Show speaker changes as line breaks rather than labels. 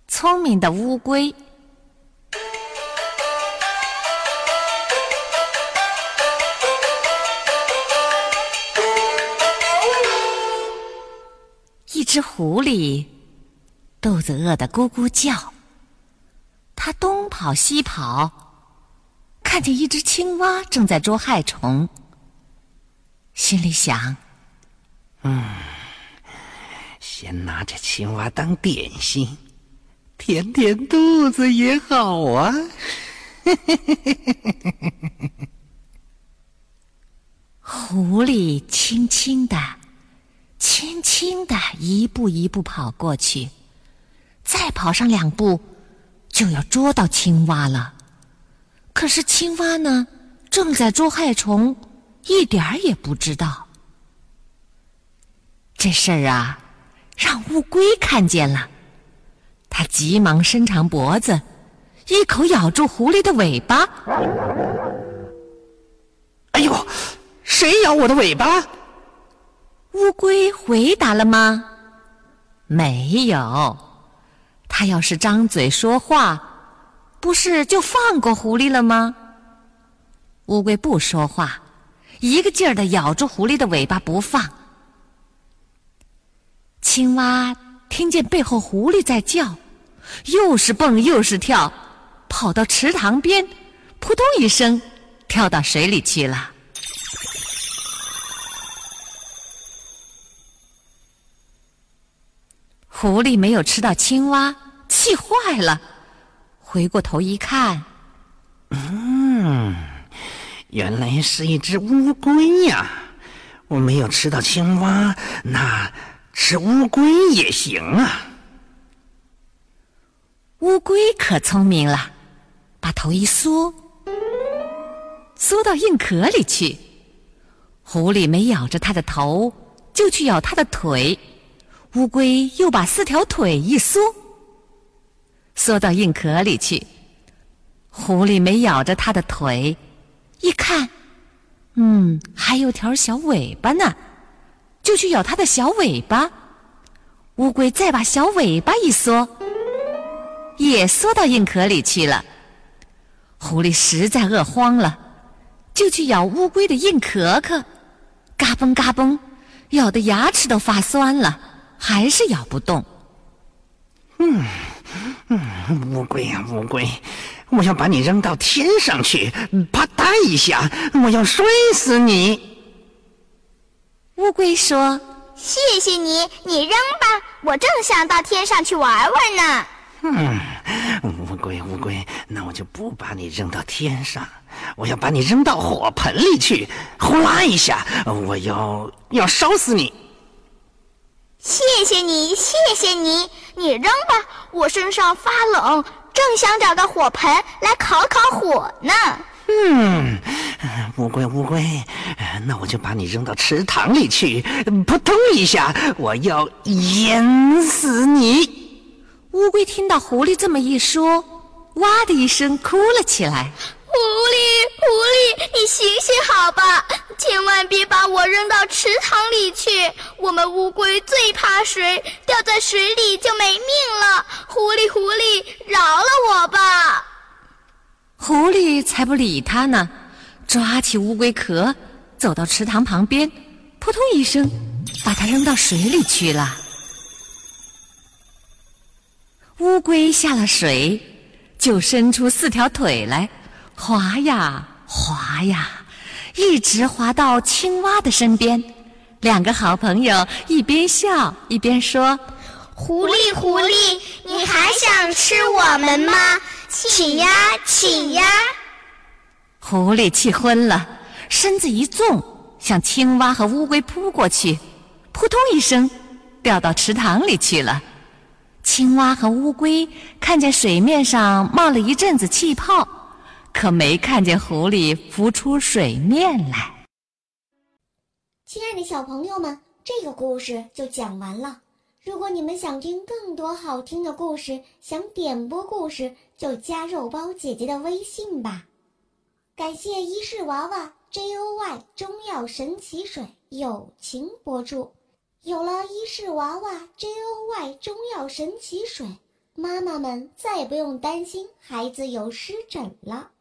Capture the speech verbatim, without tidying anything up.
聪明的乌龟。一只狐狸肚子饿得咕咕叫，它东跑西跑，看见一只青蛙正在捉害虫，心里想：
嗯，先拿着青蛙当点心，填填肚子也好啊。
狐狸轻轻地轻轻地一步一步跑过去，再跑上两步就要捉到青蛙了。可是青蛙呢，正在捉害虫，一点儿也不知道。这事儿啊，让乌龟看见了，它急忙伸长脖子，一口咬住狐狸的尾巴。
哎呦，谁咬我的尾巴？
乌龟回答了吗？没有。它要是张嘴说话，不是就放过狐狸了吗？乌龟不说话，一个劲儿地咬住狐狸的尾巴不放。青蛙听见背后狐狸在叫，又是蹦又是跳，跑到池塘边，扑通一声跳到水里去了。狐狸没有吃到青蛙，气坏了，回过头一看，
嗯，原来是一只乌龟呀！我没有吃到青蛙，那吃乌龟也行啊。
乌龟可聪明了，把头一缩，缩到硬壳里去。狐狸没咬着它的头，就去咬它的腿。乌龟又把四条腿一缩，缩到硬壳里去。狐狸没咬着它的腿，一看，嗯，还有条小尾巴呢，就去咬它的小尾巴。乌龟再把小尾巴一缩，也缩到硬壳里去了。狐狸实在饿慌了，就去咬乌龟的硬壳壳，嘎嘣嘎嘣，咬得牙齿都发酸了，还是咬不动。
嗯嗯，乌龟呀乌龟，我要把你扔到天上去，啪嗒一下，我要摔死你。
乌龟说：
谢谢你，你扔吧，我正想到天上去玩玩呢。
嗯，乌龟乌龟，那我就不把你扔到天上，我要把你扔到火盆里去，呼啦一下，我要要烧死你。
谢谢你，谢谢你，你扔吧，我身上发冷，正想找个火盆来烤烤火呢。
嗯，乌龟乌龟，那我就把你扔到池塘里去，扑通一下，我要淹死你。
乌龟听到狐狸这么一说，哇的一声哭了起来。
狐狸，狐狸，你醒醒好吧，千万别把我扔到池塘里去，我们乌龟最怕水，掉在水里就没命了。狐狸，狐狸，饶了我吧。
狐狸才不理他呢，抓起乌龟壳，走到池塘旁边，扑通一声把它扔到水里去了。乌龟下了水，就伸出四条腿来，滑呀滑呀，一直滑到青蛙的身边。两个好朋友一边笑一边说：
狐狸，狐狸，你还想吃我们吗？请呀，请呀！
狐狸气昏了，身子一纵，向青蛙和乌龟扑过去，扑通一声掉到池塘里去了。青蛙和乌龟看见水面上冒了一阵子气泡，可没看见狐狸浮出水面来。
亲爱的小朋友们，这个故事就讲完了。如果你们想听更多好听的故事，想点播故事，就加肉包姐姐的微信吧。感谢伊氏娃娃 J O Y 中药神奇水友情播出。有了伊氏娃娃 J O Y 中药神奇水， 妈妈们再也不用担心孩子有湿疹了。